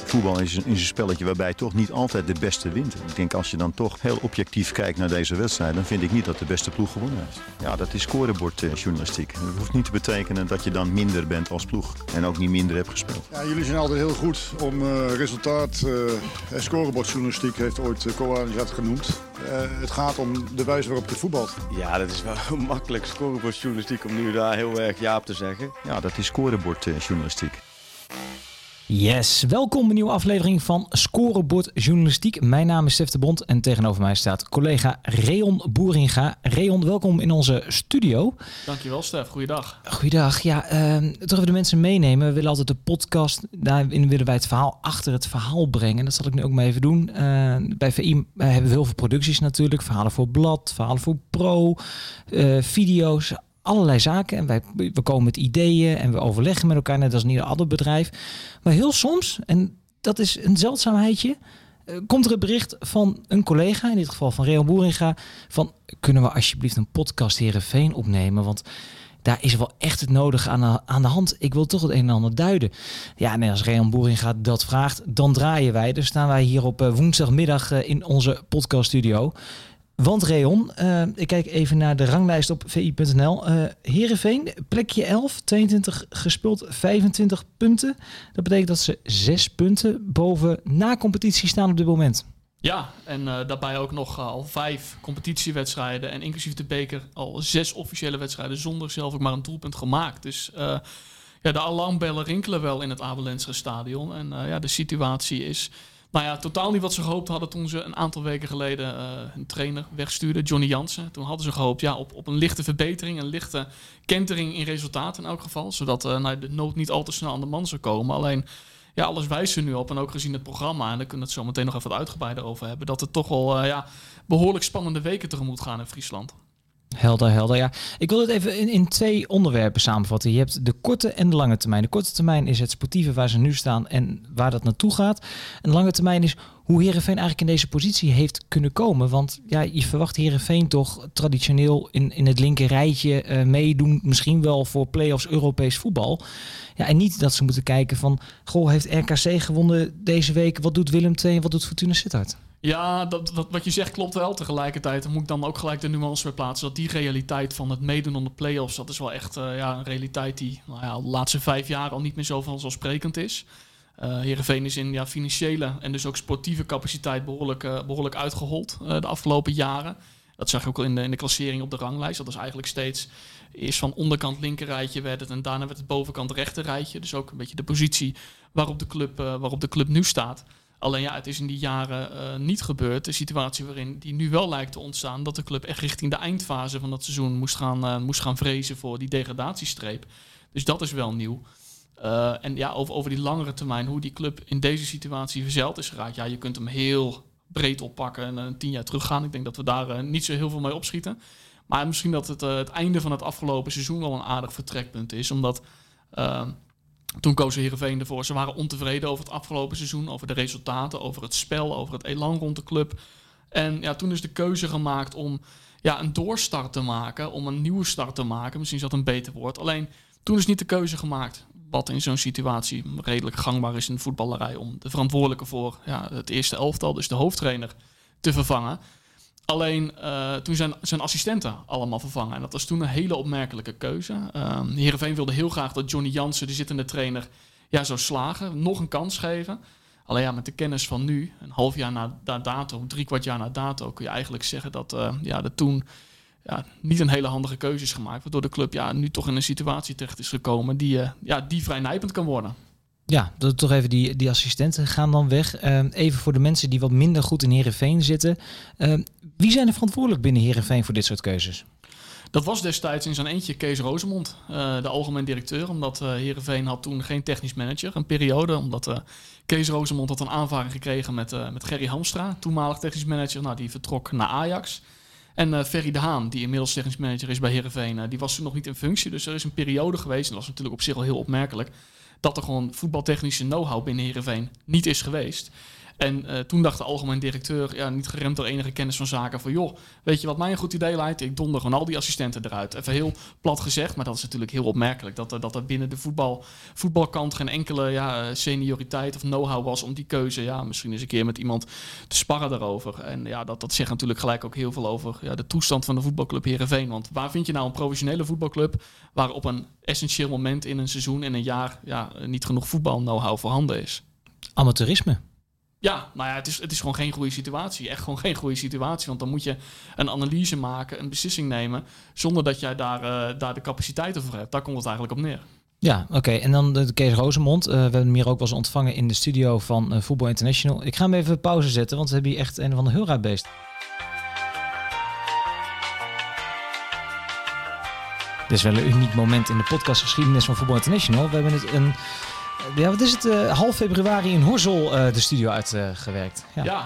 Voetbal is een spelletje waarbij toch niet altijd de beste wint. Ik denk als je dan toch heel objectief kijkt naar deze wedstrijd, dan vind ik niet dat de beste ploeg gewonnen heeft. Ja, dat is scorebordjournalistiek. Dat hoeft niet te betekenen dat je dan minder bent als ploeg en ook niet minder hebt gespeeld. Ja, jullie zijn altijd heel goed om resultaat. Scorebordjournalistiek heeft ooit Koan dat genoemd. Het gaat om de wijze waarop je voetbalt. Ja, dat is wel makkelijk scorebordjournalistiek om nu daar heel erg ja op te zeggen. Ja, dat is scorebordjournalistiek. Yes, welkom bij een nieuwe aflevering van Scorebord Journalistiek. Mijn naam is Stef de Bond en tegenover mij staat collega Reon Boeringa. Reon, welkom in onze studio. Dankjewel Stef, goeiedag. Goeiedag, ja, toch even de mensen meenemen. We willen altijd de podcast, daarin willen wij het verhaal achter het verhaal brengen. Dat zal ik nu ook maar even doen. Bij VI hebben we heel veel producties natuurlijk. Verhalen voor Blad, verhalen voor Pro, video's. Allerlei zaken en we komen met ideeën en we overleggen met elkaar, net als in ieder ander bedrijf. Maar heel soms, en dat is een zeldzaamheidje, komt er een bericht van een collega, in dit geval van Reon Boeringa, van kunnen we alsjeblieft een podcast Heerenveen opnemen, want daar is wel echt het nodige aan de hand. Ik wil toch het een en ander duiden. Ja, en als Reon Boeringa dat vraagt, dan draaien wij. Dus staan wij hier op woensdagmiddag in onze podcaststudio. Want Reon, ik kijk even naar de ranglijst op vi.nl. Heerenveen, plekje 11, 22 gespeeld, 25 punten. Dat betekent dat ze 6 punten boven na competitie staan op dit moment. Ja, en daarbij ook nog al 5 competitiewedstrijden en inclusief de beker al 6 officiële wedstrijden zonder zelf ook maar een doelpunt gemaakt. Dus de alarmbellen rinkelen wel in het Abel Lenstra stadion. En de situatie is totaal niet wat ze gehoopt hadden toen ze een aantal weken geleden hun trainer wegstuurden, Johnny Jansen. Toen hadden ze gehoopt op een lichte verbetering, een lichte kentering in resultaten in elk geval. Zodat de nood niet al te snel aan de man zou komen. Alleen, alles wijst er nu op en ook gezien het programma, en daar kunnen we het zo meteen nog even wat uitgebreider over hebben, dat er toch wel behoorlijk spannende weken tegemoet gaan in Friesland. Helder, ja. Ik wil het even in 2 onderwerpen samenvatten. Je hebt de korte en de lange termijn. De korte termijn is het sportieve waar ze nu staan en waar dat naartoe gaat. En de lange termijn is hoe Heerenveen eigenlijk in deze positie heeft kunnen komen. Want je verwacht Heerenveen toch traditioneel in het linker rijtje meedoen. Misschien wel voor play-offs Europees voetbal. Ja, en niet dat ze moeten kijken van, heeft RKC gewonnen deze week? Wat doet Willem II en wat doet Fortuna Sittard? Ja, dat wat je zegt klopt wel. Tegelijkertijd moet ik dan ook gelijk de nuance weer plaatsen. Dat die realiteit van het meedoen aan de play-offs, dat is wel echt een realiteit die de laatste 5 jaar al niet meer zo vanzelfsprekend is. Heerenveen is in financiële en dus ook sportieve capaciteit behoorlijk uitgehold de afgelopen jaren. Dat zag je ook al in de klassering op de ranglijst. Dat was eigenlijk steeds eerst van onderkant linkerrijtje werd het en daarna werd het bovenkant rechterrijtje. Dus ook een beetje de positie waarop de club nu staat. Alleen het is in die jaren niet gebeurd. De situatie waarin die nu wel lijkt te ontstaan, dat de club echt richting de eindfase van dat seizoen moest gaan vrezen voor die degradatiestreep. Dus dat is wel nieuw. Over die langere termijn, hoe die club in deze situatie verzeild is geraakt. Ja, je kunt hem heel breed oppakken en 10 jaar teruggaan. Ik denk dat we daar niet zo heel veel mee opschieten. Maar misschien dat het einde van het afgelopen seizoen wel een aardig vertrekpunt is. Omdat toen kozen Heerenveen ervoor. Ze waren ontevreden over het afgelopen seizoen, over de resultaten, over het spel, over het elan rond de club. En toen is de keuze gemaakt om een doorstart te maken, om een nieuwe start te maken. Misschien is dat een beter woord. Alleen toen is niet de keuze gemaakt, wat in zo'n situatie redelijk gangbaar is in de voetballerij, om de verantwoordelijke voor het eerste elftal, dus de hoofdtrainer, te vervangen. Alleen toen zijn assistenten allemaal vervangen. En dat was toen een hele opmerkelijke keuze. Heerenveen wilde heel graag dat Johnny Jansen, de zittende trainer, zou slagen. Nog een kans geven. Alleen met de kennis van nu, een half jaar na dato, 3/4 jaar na dato, kun je eigenlijk zeggen dat er toen niet een hele handige keuze is gemaakt. Waardoor de club nu toch in een situatie terecht is gekomen die vrij nijpend kan worden. Ja, toch even die assistenten gaan dan weg. Even voor de mensen die wat minder goed in Heerenveen zitten. Wie zijn er verantwoordelijk binnen Heerenveen voor dit soort keuzes? Dat was destijds in zijn eentje Kees Rozemond, de algemeen directeur. Omdat Heerenveen had toen geen technisch manager. Een periode, omdat Kees Rozemond had een aanvaring gekregen met Gerry Hamstra, toenmalig technisch manager. Nou, die vertrok naar Ajax. En Ferry de Haan, die inmiddels technisch manager is bij Heerenveen, die was toen nog niet in functie. Dus er is een periode geweest, en dat was natuurlijk op zich al heel opmerkelijk, dat er gewoon voetbaltechnische know-how binnen Heerenveen niet is geweest. En toen dacht de algemeen directeur, niet geremd door enige kennis van zaken, van joh, weet je wat mij een goed idee lijkt? Ik donder gewoon al die assistenten eruit. Even heel plat gezegd, maar dat is natuurlijk heel opmerkelijk. Dat er binnen de voetbalkant geen enkele senioriteit of know-how was om die keuze, misschien eens een keer met iemand te sparren daarover. En dat zegt natuurlijk gelijk ook heel veel over de toestand van de voetbalclub Heerenveen. Want waar vind je nou een professionele voetbalclub waar op een essentieel moment in een seizoen, in een jaar, niet genoeg voetbal-know-how voorhanden is? Amateurisme. Ja, het is gewoon geen goede situatie. Echt gewoon geen goede situatie. Want dan moet je een analyse maken, een beslissing nemen, zonder dat jij daar de capaciteiten voor hebt. Daar komt het eigenlijk op neer. Ja, oké. En dan de Kees Rosemond. We hebben hem hier ook wel eens ontvangen in de studio van Voetbal International. Ik ga hem even pauze zetten, want we hebben hier echt een van de heel raar beest. Dit is wel een uniek moment in de podcastgeschiedenis van Voetbal International. We hebben het half februari in Horzel de studio uitgewerkt.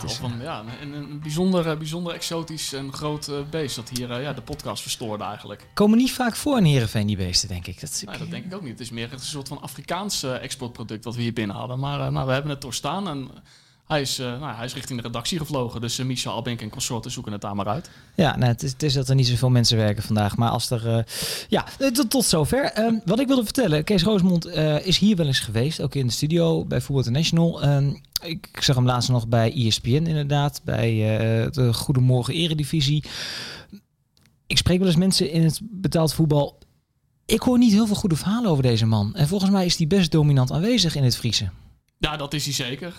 Een bijzonder exotisch en groot beest dat hier de podcast verstoorde eigenlijk. Komen niet vaak voor in Heerenveen, die beesten, denk ik. Dat denk ik ook niet. Het is meer een soort van Afrikaans exportproduct wat we hier binnen hadden. Maar we hebben het doorstaan en hij is richting de redactie gevlogen. Dus Michel Albink en consorten zoeken het daar maar uit. Ja, het is dat er niet zoveel mensen werken vandaag. Maar als er... tot zover. Wat ik wilde vertellen. Kees Rosemond is hier wel eens geweest. Ook in de studio bij Voetbal International. Ik zag hem laatst nog bij ESPN inderdaad. Bij de Goedemorgen Eredivisie. Ik spreek wel eens mensen in het betaald voetbal. Ik hoor niet heel veel goede verhalen over deze man. En volgens mij is hij best dominant aanwezig in het Friese. Ja, dat is hij zeker.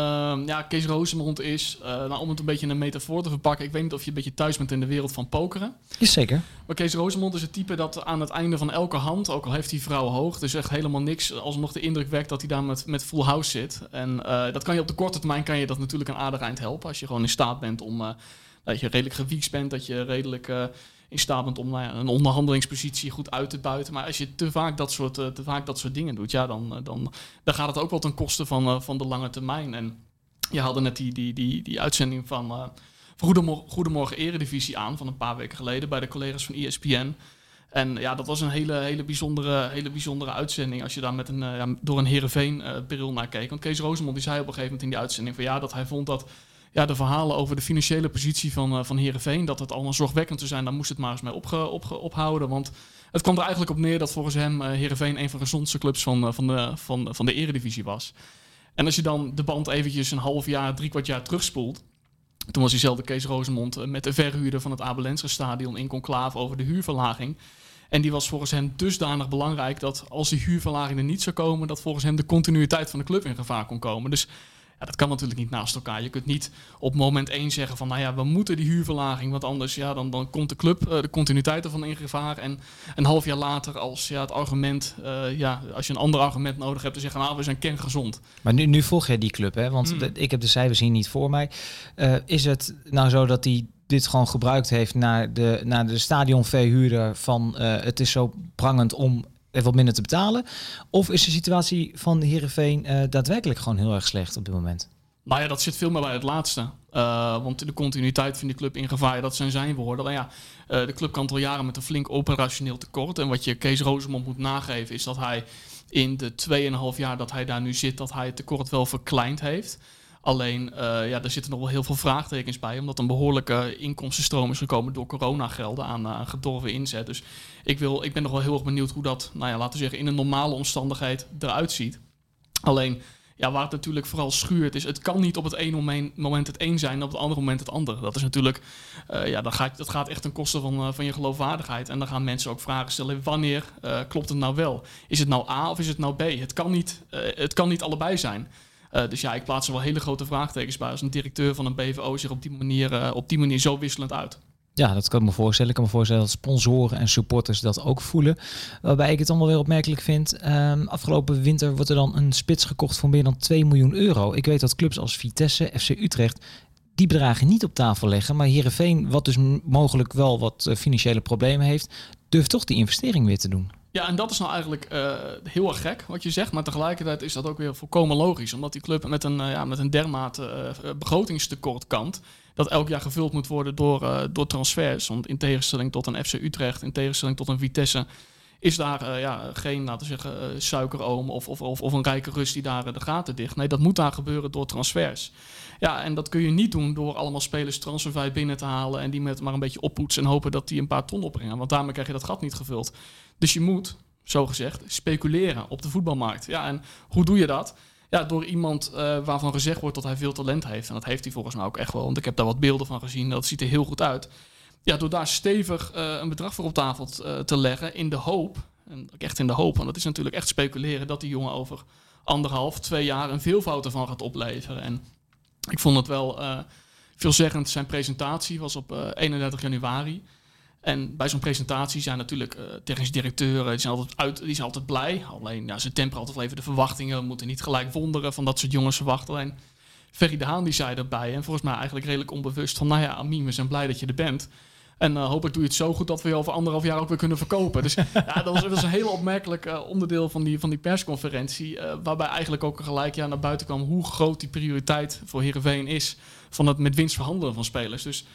Kees Rosemond is, om het een beetje een metafoor te verpakken, ik weet niet of je een beetje thuis bent in de wereld van pokeren. Is zeker. Maar Kees Rosemond is het type dat aan het einde van elke hand, ook al heeft hij vrouw hoog, dus echt helemaal niks, alsnog de indruk wekt dat hij daar met full house zit. En dat kan je op de korte termijn, kan je dat natuurlijk een aardig eind helpen. Als je gewoon in staat bent om, dat je redelijk gewieks bent, dat je redelijk in staat bent om een onderhandelingspositie goed uit te buiten. Maar als je te vaak dat soort dingen doet, dan gaat het ook wel ten koste van de lange termijn. En je haalde net die uitzending van Goedemorgen Eredivisie aan van een paar weken geleden bij de collega's van ESPN. En dat was een hele bijzondere uitzending als je daar met door een Heerenveen bril naar keek. Want Kees Rosemond die zei op een gegeven moment in die uitzending van dat hij vond dat de verhalen over de financiële positie van Heerenveen, dat het allemaal zorgwekkend zou zijn, daar moest het maar eens mee ophouden. Want het kwam er eigenlijk op neer dat volgens hem Heerenveen een van de gezondste clubs van de Eredivisie was. En als je dan de band eventjes een half jaar, 3/4 jaar terugspoelt, toen was diezelfde Kees Rosemond met de verhuurder van het Abel Enstra Stadion in conclave over de huurverlaging. En die was volgens hem dusdanig belangrijk dat als die huurverlaging er niet zou komen, dat volgens hem de continuïteit van de club in gevaar kon komen. Dus dat kan natuurlijk niet naast elkaar. Je kunt niet op moment 1 zeggen van we moeten die huurverlaging, want anders dan komt de club de continuïteit ervan in gevaar. En een half jaar later als het argument, als je een ander argument nodig hebt, te zeggen we zijn kerngezond. Maar nu volg jij die club, hè? Want ik heb de cijfers hier niet voor mij. Is het nou zo dat hij dit gewoon gebruikt heeft naar de stadionverhuurder van het is zo prangend om even wat minder te betalen? Of is de situatie van Heerenveen daadwerkelijk gewoon heel erg slecht op dit moment? Dat zit veel meer bij het laatste. Want de continuïteit van die club in gevaar, dat zijn woorden. Maar de club kan al jaren met een flink operationeel tekort. En wat je Kees Rosemond moet nageven is dat hij in de 2,5 jaar dat hij daar nu zit, dat hij het tekort wel verkleind heeft. Alleen, er zitten nog wel heel veel vraagtekens bij, omdat een behoorlijke inkomstenstroom is gekomen door coronagelden aan gedorven inzet. Dus ik ben nog wel heel erg benieuwd hoe dat, laten we zeggen, in een normale omstandigheid eruit ziet. Alleen, waar het natuurlijk vooral schuurt is, het kan niet op het ene moment het een zijn en op het andere moment het andere. Dat is natuurlijk, dat gaat echt ten koste van je geloofwaardigheid. En dan gaan mensen ook vragen stellen, wanneer klopt het nou wel? Is het nou A of is het nou B? Het kan niet allebei zijn. Dus ik plaats er wel hele grote vraagtekens bij als een directeur van een BVO zich op die manier zo wisselend uit. Ja, dat kan ik me voorstellen. Ik kan me voorstellen dat sponsoren en supporters dat ook voelen. Waarbij ik het allemaal weer opmerkelijk vind. Afgelopen winter wordt er dan een spits gekocht voor meer dan 2 miljoen euro. Ik weet dat clubs als Vitesse, FC Utrecht die bedragen niet op tafel leggen. Maar Heerenveen, wat dus mogelijk wel wat financiële problemen heeft, durft toch die investering weer te doen. Ja, en dat is nou eigenlijk heel erg gek wat je zegt. Maar tegelijkertijd is dat ook weer volkomen logisch. Omdat die club met een dermate begrotingstekort kampt, dat elk jaar gevuld moet worden door transfers. Want in tegenstelling tot een FC Utrecht, in tegenstelling tot een Vitesse, is daar geen, laten we zeggen, suikeroom of een rijke Rus die daar de gaten dicht. Nee, dat moet daar gebeuren door transfers. Ja, en dat kun je niet doen door allemaal spelers transfervrij binnen te halen en die met maar een beetje oppoetsen en hopen dat die een paar ton opbrengen. Want daarmee krijg je dat gat niet gevuld. Dus je moet, zogezegd, speculeren op de voetbalmarkt. Ja, en hoe doe je dat? Ja, door iemand waarvan gezegd wordt dat hij veel talent heeft. En dat heeft hij volgens mij ook echt wel, want ik heb daar wat beelden van gezien. Dat ziet er heel goed uit. Ja, door daar stevig een bedrag voor op tafel te leggen in de hoop, en echt in de hoop, want dat is natuurlijk echt speculeren, dat die jongen over 1,5, 2 jaar een veelvoud ervan gaat opleveren. En ik vond het wel veelzeggend. Zijn presentatie was op 31 januari. En bij zo'n presentatie zijn natuurlijk technische directeuren, die zijn altijd blij. Alleen, ze temperen altijd wel even de verwachtingen. We moeten niet gelijk wonderen van dat soort jongens verwachten. Alleen Ferry de Haan die zei erbij, en volgens mij eigenlijk redelijk onbewust, van Amin, we zijn blij dat je er bent. En hopelijk doe je het zo goed dat we je over 1,5 jaar ook weer kunnen verkopen. Dus dat was een heel opmerkelijk onderdeel van die persconferentie. Waarbij eigenlijk ook gelijk naar buiten kwam hoe groot die prioriteit voor Heerenveen is van het met winst verhandelen van spelers. Dus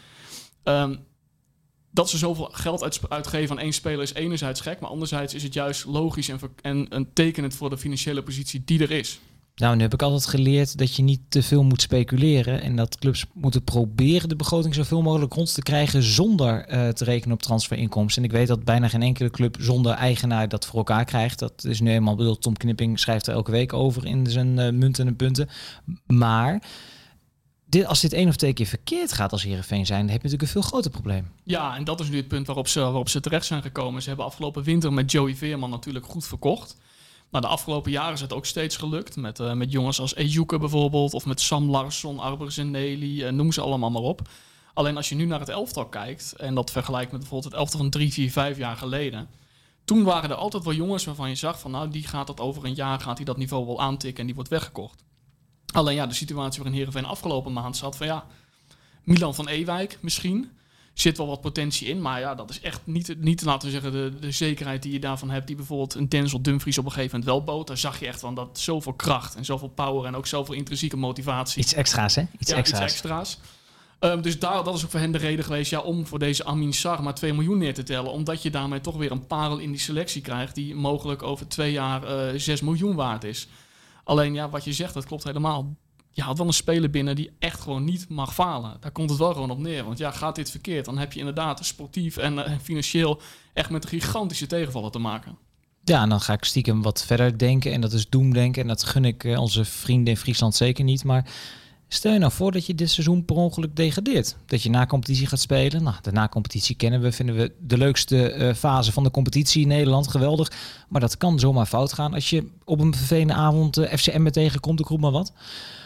dat ze zoveel geld uitgeven aan één speler is enerzijds gek, maar anderzijds is het juist logisch en tekenend voor de financiële positie die er is. Nou, nu heb ik altijd geleerd dat je niet te veel moet speculeren en dat clubs moeten proberen de begroting zoveel mogelijk rond te krijgen zonder te rekenen op transferinkomsten. En ik weet dat bijna geen enkele club zonder eigenaar dat voor elkaar krijgt. Dat is nu eenmaal bedoeld. Tom Knipping schrijft er elke week over in zijn munten en punten. Maar als dit 1 of 2 keer verkeerd gaat als Heerenveen zijn, dan heb je natuurlijk een veel groter probleem. Ja, en dat is nu het punt waarop ze terecht zijn gekomen. Ze hebben afgelopen winter met Joey Veerman natuurlijk goed verkocht. Nou, de afgelopen jaren is het ook steeds gelukt. Met jongens als Ejuke bijvoorbeeld, of met Sam Larsson, Arbers en Nelly, noem ze allemaal maar op. Alleen als je nu naar het elftal kijkt en dat vergelijkt met bijvoorbeeld het elftal van 3, 4, 5 jaar geleden. Toen waren er altijd wel jongens waarvan je zag van die gaat dat over een jaar, gaat hij dat niveau wel aantikken en die wordt weggekocht. Alleen de situatie waarin Heerenveen afgelopen maand zat van Milan van Ewijk misschien. Zit wel wat potentie in, maar dat is echt niet laten we zeggen de zekerheid die je daarvan hebt, die bijvoorbeeld een Denzel Dumfries op een gegeven moment wel bood. Daar zag je echt van dat zoveel kracht en zoveel power en ook zoveel intrinsieke motivatie. Iets extra's, hè? Iets extra's. Dus dat is ook voor hen de reden geweest om voor deze Amin Sarr maar 2 miljoen neer te tellen. Omdat je daarmee toch weer een parel in die selectie krijgt die mogelijk over 2 jaar 6 miljoen waard is. Alleen wat je zegt, dat klopt helemaal. Je had wel een speler binnen die echt gewoon niet mag falen. Daar komt het wel gewoon op neer. Want gaat dit verkeerd, dan heb je inderdaad sportief en financieel echt met een gigantische tegenvaller te maken. Ja, en dan ga ik stiekem wat verder denken en dat is doemdenken. En dat gun ik onze vrienden in Friesland zeker niet. Maar stel je nou voor dat je dit seizoen per ongeluk degradeert. Dat je na-competitie gaat spelen. Nou, de na-competitie vinden we de leukste fase van de competitie in Nederland. Geweldig. Maar dat kan zomaar fout gaan als je op een vervelende avond FCM tegenkomt, ik roep maar wat.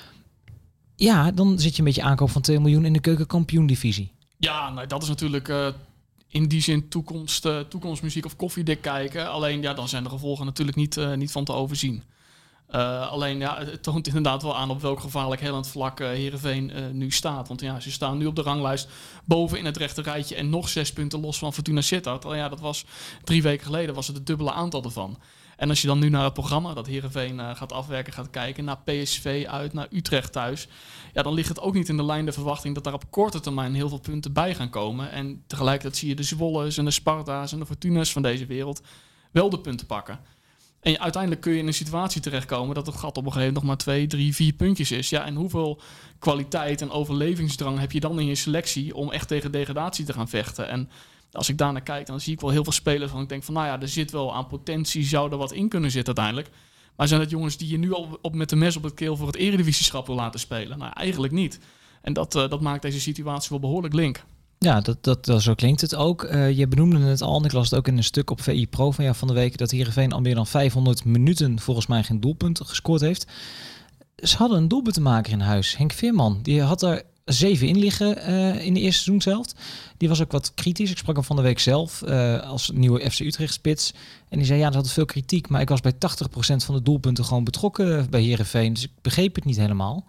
Ja, dan zit je een beetje aankoop van 2 miljoen in de keukenkampioen-divisie. Ja, dat is natuurlijk in die zin toekomstmuziek of koffiedik kijken. Alleen dan zijn de gevolgen natuurlijk niet van te overzien. Alleen het toont inderdaad wel aan op welk gevaarlijk hellend vlak Heerenveen nu staat. Want ze staan nu op de ranglijst boven in het rechte rijtje en nog 6 punten los van Fortuna Sittard. Alleen dat was 3 weken geleden was het dubbele aantal ervan. En als je dan nu naar het programma dat Heerenveen gaat afwerken, gaat kijken naar PSV uit, naar Utrecht thuis. Dan ligt het ook niet in de lijn de verwachting dat daar op korte termijn heel veel punten bij gaan komen. En tegelijkertijd zie je de Zwolles en de Sparta's en de Fortuna's van deze wereld wel de punten pakken. En uiteindelijk kun je in een situatie terechtkomen dat het gat op een gegeven moment nog maar 2, 3, 4 puntjes is. En hoeveel kwaliteit en overlevingsdrang heb je dan in je selectie om echt tegen degradatie te gaan vechten? En als ik daarnaar kijk, dan zie ik wel heel veel spelers van ik denk van er zit wel aan potentie, zou er wat in kunnen zitten uiteindelijk. Maar zijn het jongens die je nu al met de mes op het keel voor het eredivisieschap wil laten spelen? Nou, eigenlijk niet. En dat maakt deze situatie wel behoorlijk link. Ja, zo klinkt het ook. Je benoemde het al, en ik las het ook in een stuk op VI Pro van de week, dat Heerenveen al meer dan 500 minuten volgens mij geen doelpunt gescoord heeft. Ze hadden een doelpuntenmaker in huis, Henk Veerman. Die had er 7 in liggen in de eerste seizoenshelft. Die was ook wat kritisch. Ik sprak hem van de week zelf als nieuwe FC Utrecht spits. En die zei, er had veel kritiek, maar ik was bij 80% van de doelpunten gewoon betrokken bij Heerenveen. Dus ik begreep het niet helemaal.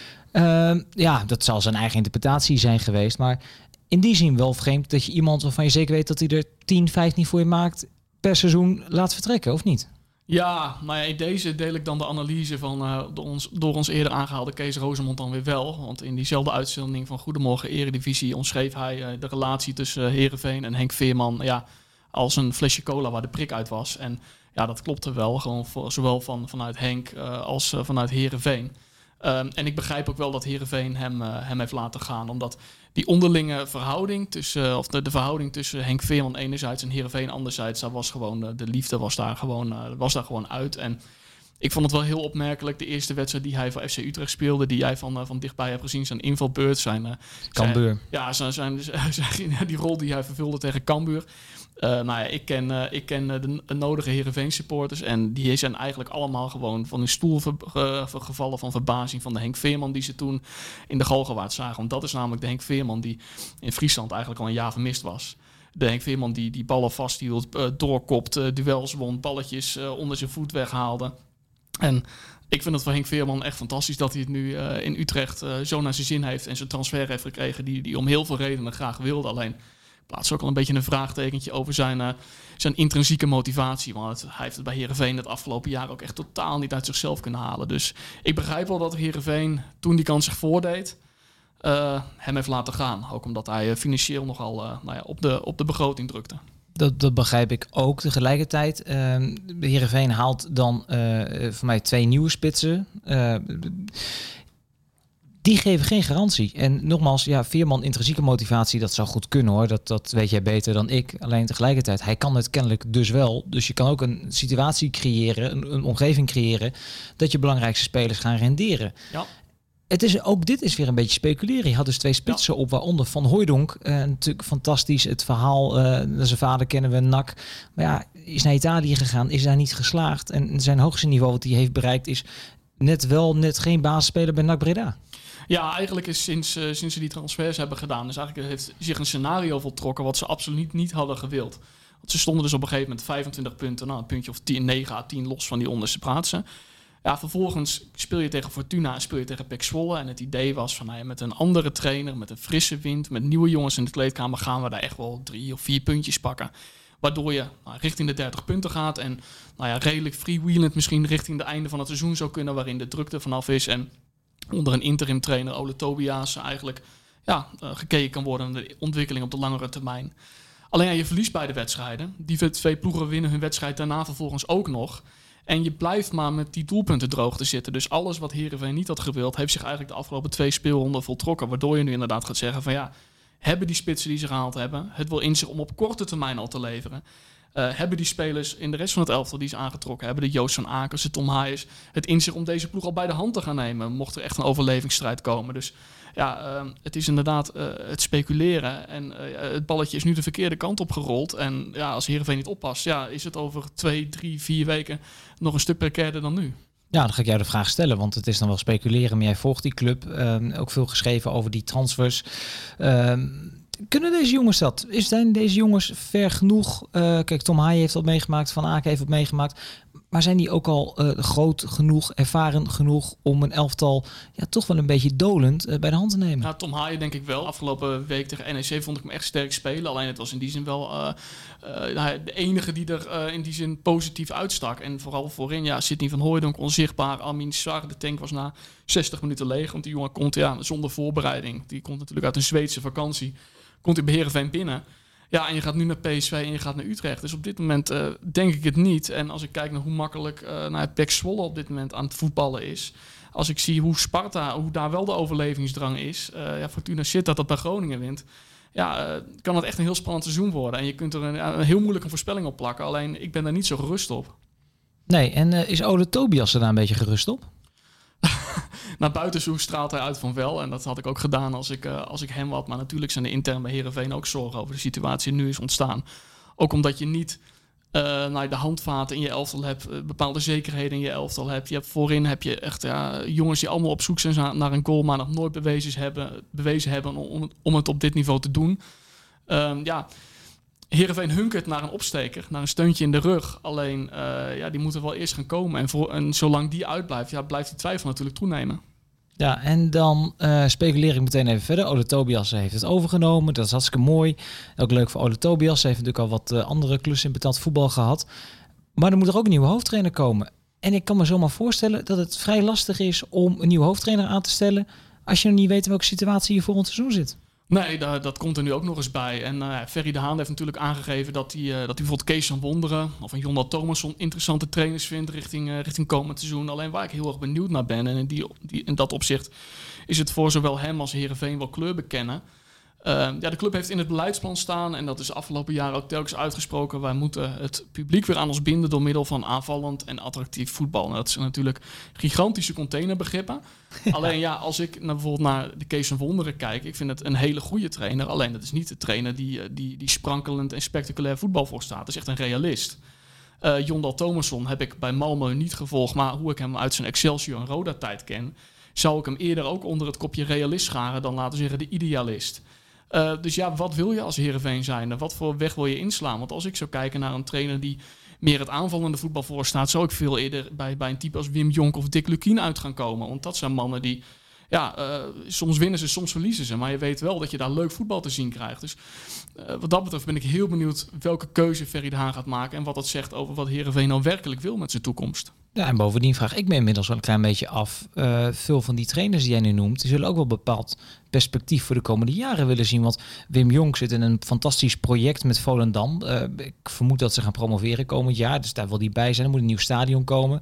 Dat zal zijn eigen interpretatie zijn geweest, maar in die zin wel vreemd dat je iemand waarvan je zeker weet dat hij er 10, 15 voor je maakt per seizoen laat vertrekken, of niet? Ja, in deze deel ik dan de analyse van door ons eerder aangehaalde Kees Rozemond dan weer wel. Want in diezelfde uitzending van Goedemorgen Eredivisie omschreef hij de relatie tussen Heerenveen en Henk Veerman als een flesje cola waar de prik uit was. En ja, dat klopte wel, gewoon zowel vanuit Henk als vanuit Heerenveen. En ik begrijp ook wel dat Heerenveen hem heeft laten gaan. Omdat die onderlinge verhouding tussen, of de verhouding tussen Henk Veerman enerzijds en Heerenveen anderzijds, daar was gewoon de liefde was daar gewoon uit. En ik vond het wel heel opmerkelijk, de eerste wedstrijd die hij voor FC Utrecht speelde, die jij van dichtbij hebt gezien, zijn invalbeurt, Cambuur. Die rol die hij vervulde tegen Cambuur. Ik ken de nodige Heerenveen supporters en die zijn eigenlijk allemaal gewoon van hun stoel gevallen van verbazing van de Henk Veerman die ze toen in de Galgenwaard zagen. Want dat is namelijk de Henk Veerman die in Friesland eigenlijk al een jaar vermist was. De Henk Veerman die ballen vasthield, doorkopt, duels won, balletjes onder zijn voet weghaalde. En ik vind het voor Henk Veerman echt fantastisch dat hij het nu in Utrecht zo naar zijn zin heeft en zijn transfer heeft gekregen die om heel veel redenen graag wilde. Alleen plaats ook al een beetje een vraagtekentje over zijn intrinsieke motivatie. Want hij heeft het bij Heerenveen het afgelopen jaar ook echt totaal niet uit zichzelf kunnen halen. Dus ik begrijp wel dat Heerenveen, toen die kans zich voordeed, hem heeft laten gaan. Ook omdat hij financieel nogal op de begroting drukte. Dat begrijp ik ook. Tegelijkertijd, Heerenveen haalt dan voor mij 2 nieuwe spitsen. Die geven geen garantie. En nogmaals, Veerman, intrinsieke motivatie, dat zou goed kunnen hoor. Dat weet jij beter dan ik. Alleen tegelijkertijd, hij kan het kennelijk dus wel. Dus je kan ook een situatie creëren, een omgeving creëren, dat je belangrijkste spelers gaan renderen. Ja. Dit is weer een beetje speculeren. Je had dus 2 spitsen op, waaronder Van Hooijdonk. Natuurlijk fantastisch. Het verhaal, zijn vader kennen we, NAC. Maar ja, is naar Italië gegaan, is daar niet geslaagd. En zijn hoogste niveau wat hij heeft bereikt is net geen basisspeler bij NAC Breda. Ja, eigenlijk is sinds ze die transfers hebben gedaan, dus eigenlijk heeft zich een scenario voltrokken wat ze absoluut niet hadden gewild. Want ze stonden dus op een gegeven moment 25 punten, een puntje of 9 à 10 los van die onderste plaatsen. Ja, vervolgens speel je tegen Fortuna en speel je tegen PEC Zwolle. En het idee was van met een andere trainer, met een frisse wind, met nieuwe jongens in de kleedkamer gaan we daar echt wel 3 of 4 puntjes pakken. Waardoor je richting de 30 punten gaat en redelijk freewheelend misschien richting het einde van het seizoen zou kunnen, waarin de drukte vanaf is en onder een interim trainer, Ole Tobias, eigenlijk gekeken kan worden naar de ontwikkeling op de langere termijn. Alleen je verliest beide wedstrijden. Die 2 ploegen winnen hun wedstrijd daarna vervolgens ook nog. En je blijft maar met die doelpunten droog te zitten. Dus alles wat Heerenveen niet had gewild, heeft zich eigenlijk de afgelopen 2 speelronden voltrokken. Waardoor je nu inderdaad gaat zeggen van hebben die spitsen die ze gehaald hebben het wel in zich om op korte termijn al te leveren? Hebben die spelers in de rest van het elftal die ze aangetrokken hebben, de Joost van Akers, de Tom Hayes, het in zich om deze ploeg al bij de hand te gaan nemen, mocht er echt een overlevingsstrijd komen. Dus het is inderdaad het speculeren en het balletje is nu de verkeerde kant op gerold. En als Heerenveen niet oppast, is het over 2, 3, 4 weken nog een stuk precairder dan nu. Ja, dan ga ik jou de vraag stellen, want het is dan wel speculeren, maar jij volgt die club, ook veel geschreven over die transfers. Kunnen deze jongens dat? Zijn deze jongens ver genoeg? Kijk, Tom Haaien heeft dat meegemaakt, Van Aken heeft het meegemaakt. Maar zijn die ook al groot genoeg, ervaren genoeg om een elftal toch wel een beetje dolend bij de hand te nemen? Ja, Tom Haaien denk ik wel. Afgelopen week tegen NEC vond ik hem echt sterk spelen. Alleen het was in die zin wel de enige die er in die zin positief uitstak. En vooral voorin, Sidney van Hooijdonk onzichtbaar. Amin Sarr, de tank was na 60 minuten leeg. Want die jongen komt zonder voorbereiding. Die komt natuurlijk uit een Zweedse vakantie. Komt hij bij Heerenveen binnen. Ja, en je gaat nu naar PSV en je gaat naar Utrecht. Dus op dit moment denk ik het niet. En als ik kijk naar hoe makkelijk het PEC Zwolle op dit moment aan het voetballen is. Als ik zie hoe Sparta, hoe daar wel de overlevingsdrang is. Fortuna Sittard dat bij Groningen wint. Kan het echt een heel spannend seizoen worden. En je kunt er een heel moeilijke voorspelling op plakken. Alleen ik ben daar niet zo gerust op. Nee, en is Ole Tobias er daar een beetje gerust op? Naar buiten straalt hij uit van wel. En dat had ik ook gedaan als ik hem had. Maar natuurlijk zijn er intern bij Heerenveen ook zorgen over de situatie die nu is ontstaan. Ook omdat je niet de handvaten in je elftal hebt. Bepaalde zekerheden in je elftal hebt. Je hebt voorin echt jongens die allemaal op zoek zijn naar een goal. Maar nog nooit bewezen hebben om het op dit niveau te doen. Heerenveen hunkert naar een opsteker, naar een steuntje in de rug. Alleen, die moeten wel eerst gaan komen. En zolang die uitblijft, blijft die twijfel natuurlijk toenemen. Ja, en dan speculeer ik meteen even verder. Ole Tobias heeft het overgenomen. Dat is hartstikke mooi. Ook leuk voor Ole Tobias. Hij heeft natuurlijk al wat andere klussen in betaald voetbal gehad. Maar er moet er ook een nieuwe hoofdtrainer komen. En ik kan me zomaar voorstellen dat het vrij lastig is om een nieuwe hoofdtrainer aan te stellen als je nog niet weet in welke situatie je volgend seizoen zit. Nee, dat komt er nu ook nog eens bij. En Ferry de Haan heeft natuurlijk aangegeven dat hij bijvoorbeeld Kees van Wonderen of een Jondal Thomasson interessante trainers vindt richting komend seizoen. Alleen waar ik heel erg benieuwd naar ben, en in dat opzicht is het voor zowel hem als Heerenveen wel kleur bekennen. De club heeft in het beleidsplan staan, en dat is de afgelopen jaren ook telkens uitgesproken, wij moeten het publiek weer aan ons binden door middel van aanvallend en attractief voetbal. Nou, dat zijn natuurlijk gigantische containerbegrippen. Alleen als ik bijvoorbeeld naar de Kees van Wonderen kijk, ik vind het een hele goede trainer. Alleen dat is niet de trainer die sprankelend en spectaculair voetbal voor staat. Dat is echt een realist. Jondal Thomasson heb ik bij Malmö niet gevolgd, maar hoe ik hem uit zijn Excelsior en Roda tijd ken, zou ik hem eerder ook onder het kopje realist scharen dan, laten we zeggen, de idealist. Dus wat wil je als Heerenveen zijn? Wat voor weg wil je inslaan? Want als ik zou kijken naar een trainer die meer het aanvallende voetbal voorstaat, zou ik veel eerder bij een type als Wim Jonk of Dick Lukien uit gaan komen. Want dat zijn mannen die, soms winnen ze, soms verliezen ze. Maar je weet wel dat je daar leuk voetbal te zien krijgt. Dus wat dat betreft ben ik heel benieuwd welke keuze Ferry de Haan gaat maken en wat dat zegt over wat Heerenveen nou werkelijk wil met zijn toekomst. Ja, en bovendien vraag ik me inmiddels wel een klein beetje af. Veel van die trainers die jij nu noemt, die zullen ook wel bepaald perspectief voor de komende jaren willen zien. Want Wim Jonk zit in een fantastisch project met Volendam. Ik vermoed dat ze gaan promoveren komend jaar. Dus daar wil die bij zijn. Er moet een nieuw stadion komen.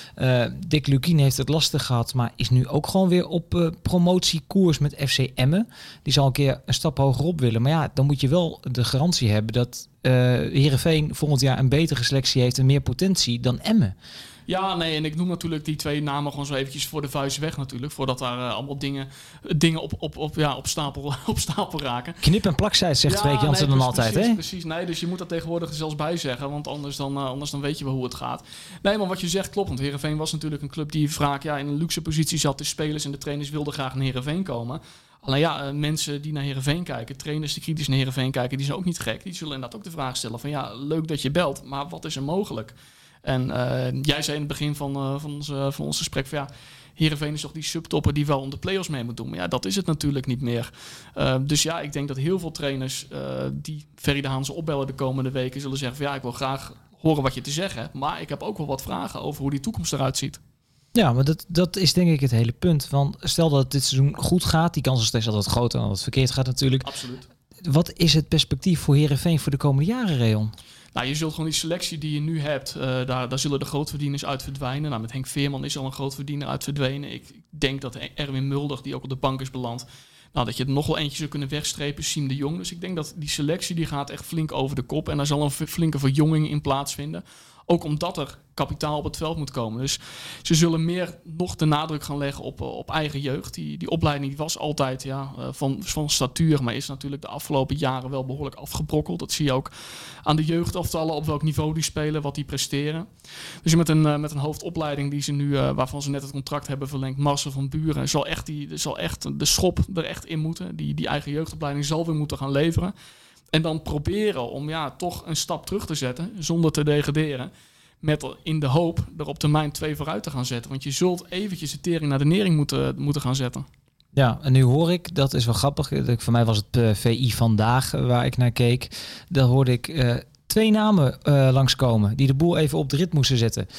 Dick Lukien heeft het lastig gehad, maar is nu ook gewoon weer op promotiekoers met FC Emmen. Die zal een keer een stap hogerop willen. Maar ja, dan moet je wel de garantie hebben dat Heerenveen volgend jaar een betere selectie heeft en meer potentie dan Emmen. Ja, nee, en ik noem natuurlijk die twee namen gewoon zo eventjes voor de vuist weg natuurlijk. Voordat daar allemaal dingen op stapel raken. Knip- en plakzijd, zegt Freek Jansen dan altijd, precies, hè? Precies, nee, dus je moet dat tegenwoordig er zelfs bij zeggen. Want anders dan weet je wel hoe het gaat. Nee, maar wat je zegt klopt. Want Heerenveen was natuurlijk een club die vaak in een luxe positie zat. De spelers en de trainers wilden graag naar Heerenveen komen. Alleen mensen die naar Heerenveen kijken, trainers die kritisch naar Heerenveen kijken, die zijn ook niet gek. Die zullen inderdaad ook de vraag stellen van leuk dat je belt, maar wat is er mogelijk? En jij zei in het begin van ons gesprek van Heerenveen is toch die subtopper die wel om de play-offs mee moet doen. Maar dat is het natuurlijk niet meer. Dus ik denk dat heel veel trainers die Ferry de Haan zal opbellen de komende weken zullen zeggen van ik wil graag horen wat je te zeggen hebt. Maar ik heb ook wel wat vragen over hoe die toekomst eruit ziet. Ja, maar dat is denk ik het hele punt. Want stel dat het dit seizoen goed gaat, die kans is steeds altijd groter dan dat het verkeerd gaat natuurlijk. Absoluut. Wat is het perspectief voor Heerenveen voor de komende jaren, Reon? Nou, je zult gewoon die selectie die je nu hebt, daar zullen de grootverdieners uit verdwijnen. Nou, met Henk Veerman is al een grootverdiener uit verdwenen. Ik denk dat Erwin Mulder, die ook op de bank is beland, dat je er nog wel eentje zou kunnen wegstrepen, Siem de Jong. Dus ik denk dat die selectie die gaat echt flink over de kop. En daar zal een flinke verjonging in plaatsvinden. Ook omdat er kapitaal op het veld moet komen. Dus ze zullen meer nog de nadruk gaan leggen op eigen jeugd. Die opleiding die was altijd van statuur, maar is natuurlijk de afgelopen jaren wel behoorlijk afgebrokkeld. Dat zie je ook aan de jeugdaftallen, op welk niveau die spelen, wat die presteren. Dus met een hoofdopleiding die ze nu, waarvan ze net het contract hebben verlengd, Marcel van Buren, zal echt de schop er echt in moeten. Die eigen jeugdopleiding zal weer moeten gaan leveren. En dan proberen om toch een stap terug te zetten, zonder te degraderen. Met in de hoop er op termijn 2 vooruit te gaan zetten. Want je zult eventjes de tering naar de nering moeten gaan zetten. Ja, en nu hoor ik, dat is wel grappig. Voor mij was het VI Vandaag waar ik naar keek. Daar hoorde ik 2 namen langskomen die de boel even op de rit moesten zetten.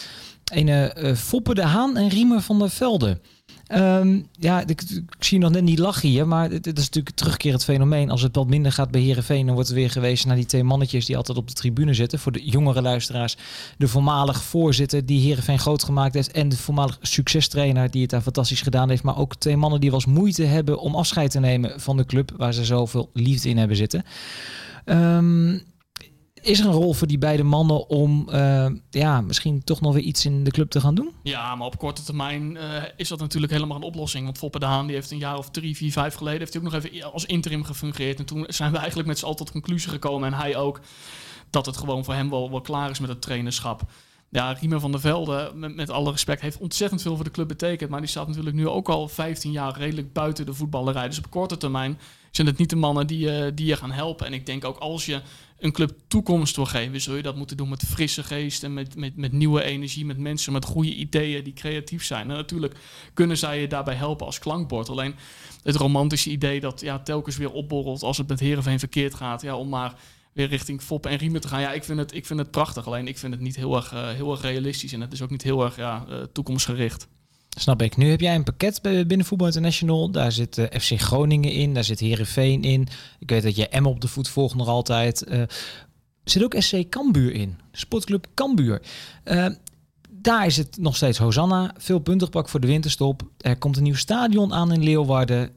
Foppe de Haan en Riemer van der Velde. Ik zie nog net niet lachen hier, maar dit is natuurlijk terugkerend fenomeen. Als het wat minder gaat bij Heerenveen, dan wordt er weer gewezen naar die 2 mannetjes die altijd op de tribune zitten. Voor de jongere luisteraars, de voormalig voorzitter die Heerenveen groot gemaakt heeft en de voormalig succestrainer die het daar fantastisch gedaan heeft. Maar ook 2 mannen die wel eens moeite hebben om afscheid te nemen van de club waar ze zoveel liefde in hebben zitten. Is er een rol voor die beide mannen om misschien toch nog weer iets in de club te gaan doen? Ja, maar op korte termijn is dat natuurlijk helemaal een oplossing. Want Foppe de Haan die heeft een jaar of 3, 4, 5 geleden heeft hij ook nog even als interim gefungeerd. En toen zijn we eigenlijk met z'n allen tot de conclusie gekomen, en hij ook, dat het gewoon voor hem wel klaar is met het trainerschap. Ja, Riemer van der Velde, met alle respect, heeft ontzettend veel voor de club betekend. Maar die staat natuurlijk nu ook al 15 jaar redelijk buiten de voetballerij. Dus op korte termijn zijn het niet de mannen die je gaan helpen. En ik denk ook als je een club toekomst wil geven, zul je dat moeten doen met frisse geest en met nieuwe energie, met mensen met goede ideeën die creatief zijn. En natuurlijk kunnen zij je daarbij helpen als klankbord. Alleen het romantische idee dat telkens weer opborrelt als het met Heerenveen verkeerd gaat, om maar weer richting Foppe en Riemer te gaan. Ja, ik vind het prachtig. Alleen ik vind het niet heel erg realistisch. En het is ook niet heel erg toekomstgericht. Snap ik. Nu heb jij een pakket binnen Voetbal International. Daar zit FC Groningen in, daar zit Heerenveen in. Ik weet dat je Emmen op de voet volgt nog altijd. Er zit ook SC Cambuur in, Sportclub Cambuur. Daar is het nog steeds Hosanna. Veel punten gepakt voor de winterstop. Er komt een nieuw stadion aan in Leeuwarden.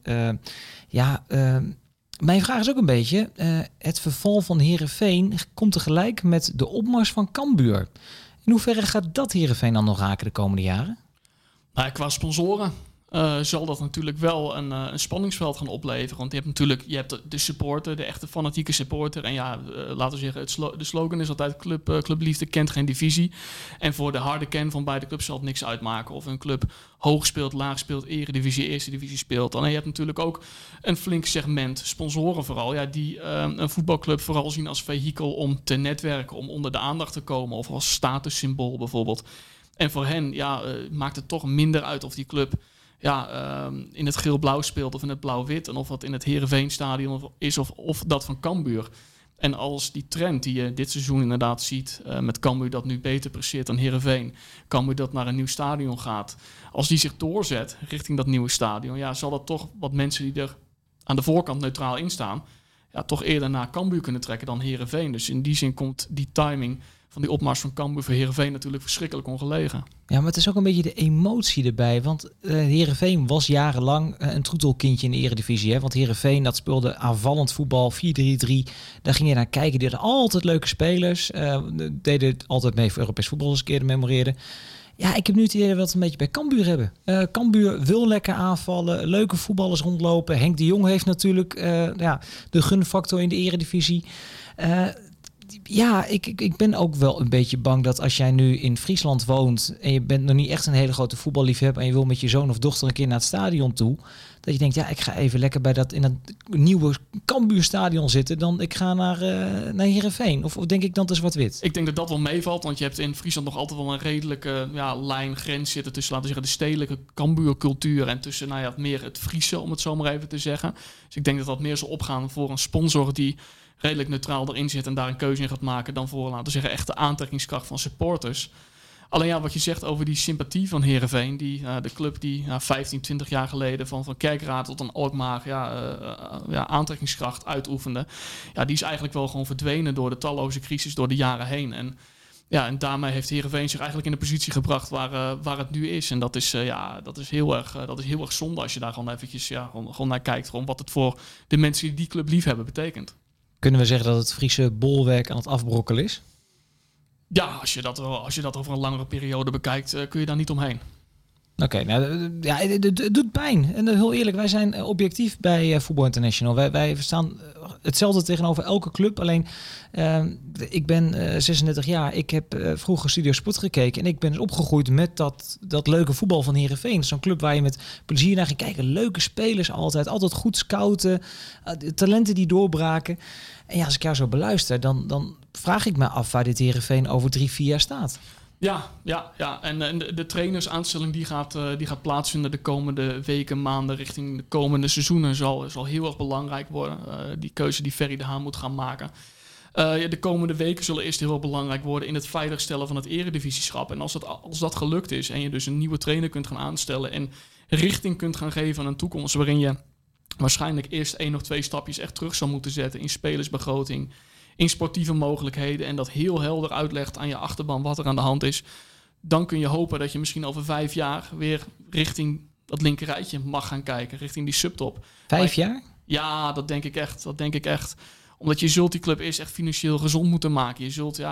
Mijn vraag is ook een beetje... het verval van Heerenveen komt tegelijk met de opmars van Cambuur. In hoeverre gaat dat Heerenveen dan nog raken de komende jaren? Nou, qua sponsoren zal dat natuurlijk wel een spanningsveld gaan opleveren. Want je hebt de supporter, de echte fanatieke supporter. En laten we zeggen, de slogan is altijd clubliefde kent geen divisie. En voor de harde kern van beide clubs zal het niks uitmaken. Of een club hoog speelt, laag speelt, eredivisie, eerste divisie speelt. Alleen je hebt natuurlijk ook een flink segment sponsoren vooral. Die een voetbalclub vooral zien als vehikel om te netwerken, om onder de aandacht te komen. Of als statussymbool bijvoorbeeld. En voor hen maakt het toch minder uit of die club in het geel-blauw speelt of in het blauw-wit. En of dat in het Heerenveenstadion is of dat van Cambuur. En als die trend die je dit seizoen inderdaad ziet, met Cambuur dat nu beter presteert dan Heerenveen, Cambuur dat naar een nieuw stadion gaat, als die zich doorzet richting dat nieuwe stadion, zal dat toch wat mensen die er aan de voorkant neutraal in staan, toch eerder naar Cambuur kunnen trekken dan Heerenveen. Dus in die zin komt die timing van die opmars van Cambuur voor Heerenveen natuurlijk verschrikkelijk ongelegen. Ja, maar het is ook een beetje de emotie erbij. Want Heerenveen was jarenlang een troetelkindje in de eredivisie. Hè? Want Heerenveen, dat speelde aanvallend voetbal, 4-3-3. Daar ging je naar kijken. Die hadden altijd leuke spelers. Deden altijd mee voor Europees voetbal, als ik eerder memoreerde. Ja, ik heb nu het idee dat we het een beetje bij Cambuur hebben. Cambuur wil lekker aanvallen, leuke voetballers rondlopen. Henk de Jong heeft natuurlijk de gunfactor in de eredivisie. Ik ben ook wel een beetje bang dat als jij nu in Friesland woont en je bent nog niet echt een hele grote voetballiefhebber en je wil met je zoon of dochter een keer naar het stadion toe, dat je denkt, ik ga even lekker in dat nieuwe Cambuurstadion zitten dan ik ga naar Heerenveen. Of denk ik dan te zwart-wit? Ik denk dat dat wel meevalt, want je hebt in Friesland nog altijd wel een redelijke grens zitten tussen, laten we zeggen, de stedelijke Cambuurcultuur en tussen meer het Friese, om het zo maar even te zeggen. Dus ik denk dat dat meer zal opgaan voor een sponsor die redelijk neutraal erin zit en daar een keuze in gaat maken dan voor, laten we zeggen, echt de aantrekkingskracht van supporters. Alleen wat je zegt over die sympathie van Heerenveen, de club die 15, 20 jaar geleden van Kerkrade tot aan Alkmaar aantrekkingskracht uitoefende, die is eigenlijk wel gewoon verdwenen door de talloze crisis door de jaren heen. En daarmee heeft Heerenveen zich eigenlijk in de positie gebracht waar het nu is. En dat is heel erg zonde als je daar gewoon eventjes gewoon naar kijkt, gewoon wat het voor de mensen die club lief hebben betekent. Kunnen we zeggen dat het Friese bolwerk aan het afbrokkelen is? Ja, als je dat over een langere periode bekijkt, kun je daar niet omheen. Oké, het doet pijn. En heel eerlijk, wij zijn objectief bij Voetbal International. Wij staan hetzelfde tegenover elke club. Alleen, ik ben 36 jaar. Ik heb vroeger Studio Sport gekeken. En ik ben dus opgegroeid met dat leuke voetbal van Heerenveen. Zo'n club waar je met plezier naar ging kijken. Leuke spelers altijd goed scouten. Talenten die doorbraken. En als ik jou zo beluister, dan vraag ik me af waar dit Heerenveen over 3-4 jaar staat. Ja. En de trainersaanstelling die gaat plaatsvinden de komende weken, maanden richting de komende seizoenen zal heel erg belangrijk worden. Die keuze die Ferry de Haan moet gaan maken. De komende weken zullen eerst heel erg belangrijk worden in het veiligstellen van het eredivisieschap. En als dat gelukt is en je dus een nieuwe trainer kunt gaan aanstellen en richting kunt gaan geven aan een toekomst waarin je waarschijnlijk eerst 1 of 2 stapjes echt terug zal moeten zetten in spelersbegroting, in sportieve mogelijkheden en dat heel helder uitlegt aan je achterban wat er aan de hand is, dan kun je hopen dat je misschien over 5 jaar weer richting dat linkerrijtje mag gaan kijken, richting die subtop. 5 jaar? Ja, dat denk ik echt. Omdat je zult die club eerst echt financieel gezond moeten maken. Je zult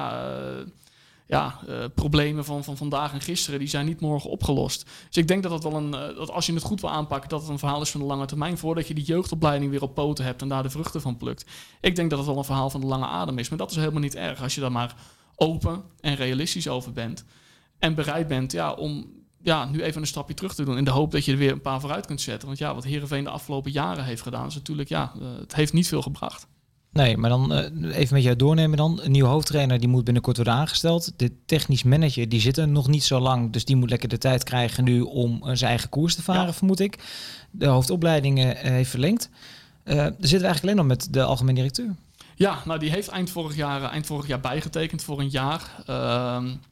problemen van vandaag en gisteren, die zijn niet morgen opgelost. Dus ik denk dat dat als je het goed wil aanpakken, dat het een verhaal is van de lange termijn, voordat je die jeugdopleiding weer op poten hebt en daar de vruchten van plukt. Ik denk dat het wel een verhaal van de lange adem is, maar dat is helemaal niet erg als je daar maar open en realistisch over bent en bereid bent om nu even een stapje terug te doen in de hoop dat je er weer een paar vooruit kunt zetten. Want wat Heerenveen de afgelopen jaren heeft gedaan, is natuurlijk, het heeft niet veel gebracht. Nee, maar dan even met jou doornemen dan. Een nieuwe hoofdtrainer die moet binnenkort worden aangesteld. De technisch manager die zit er nog niet zo lang. Dus die moet lekker de tijd krijgen nu om zijn eigen koers te varen, vermoed ik. De hoofdopleidingen heeft verlengd. Zitten we eigenlijk alleen nog met de algemeen directeur. Ja, die heeft eind vorig jaar bijgetekend voor een jaar.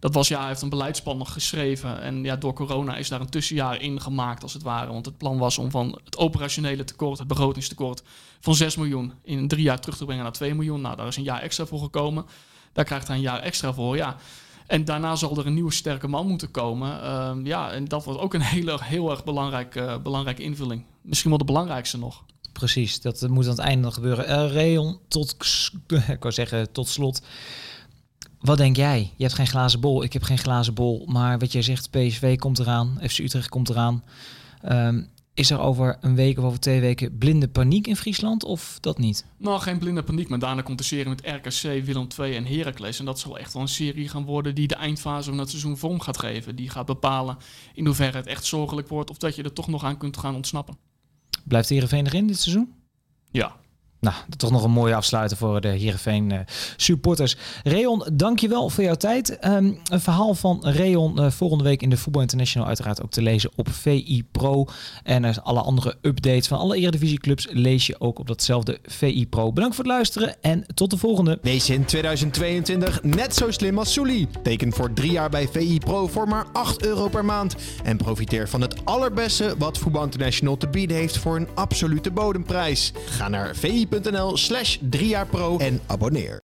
Hij heeft een beleidsplan nog geschreven. En ja, door corona is daar een tussenjaar in gemaakt, als het ware. Want het plan was om van het operationele tekort, het begrotingstekort van 6 miljoen in 3 jaar terug te brengen naar 2 miljoen. Nou, daar is een jaar extra voor gekomen. Daar krijgt hij een jaar extra voor, ja. En daarna zal er een nieuwe sterke man moeten komen. En dat wordt ook een heel erg belangrijke invulling. Misschien wel de belangrijkste nog. Precies, dat moet aan het einde nog gebeuren. Reon, tot slot. Wat denk jij? Je hebt geen glazen bol, ik heb geen glazen bol. Maar wat jij zegt, PSV komt eraan, FC Utrecht komt eraan. Is er over een week of over 2 weken blinde paniek in Friesland of dat niet? Nou, geen blinde paniek, maar daarna komt de serie met RKC, Willem II en Heracles. En dat zal echt wel een serie gaan worden die de eindfase van het seizoen vorm gaat geven. Die gaat bepalen in hoeverre het echt zorgelijk wordt of dat je er toch nog aan kunt gaan ontsnappen. Blijft Heerenveen erin dit seizoen? Ja. Nou, toch nog een mooie afsluiter voor de Heerenveen supporters. Reon, dankjewel voor jouw tijd. Een verhaal van Reon volgende week in de Voetbal International uiteraard ook te lezen op VI Pro. En alle andere updates van alle Eredivisieclubs lees je ook op datzelfde VI Pro. Bedankt voor het luisteren en tot de volgende. Wees in 2022 net zo slim als Soeli. Teken voor 3 jaar bij VI Pro voor maar €8 per maand. En profiteer van het allerbeste wat Voetbal International te bieden heeft voor een absolute bodemprijs. Ga naar VI.nl/3jaarpro en abonneer.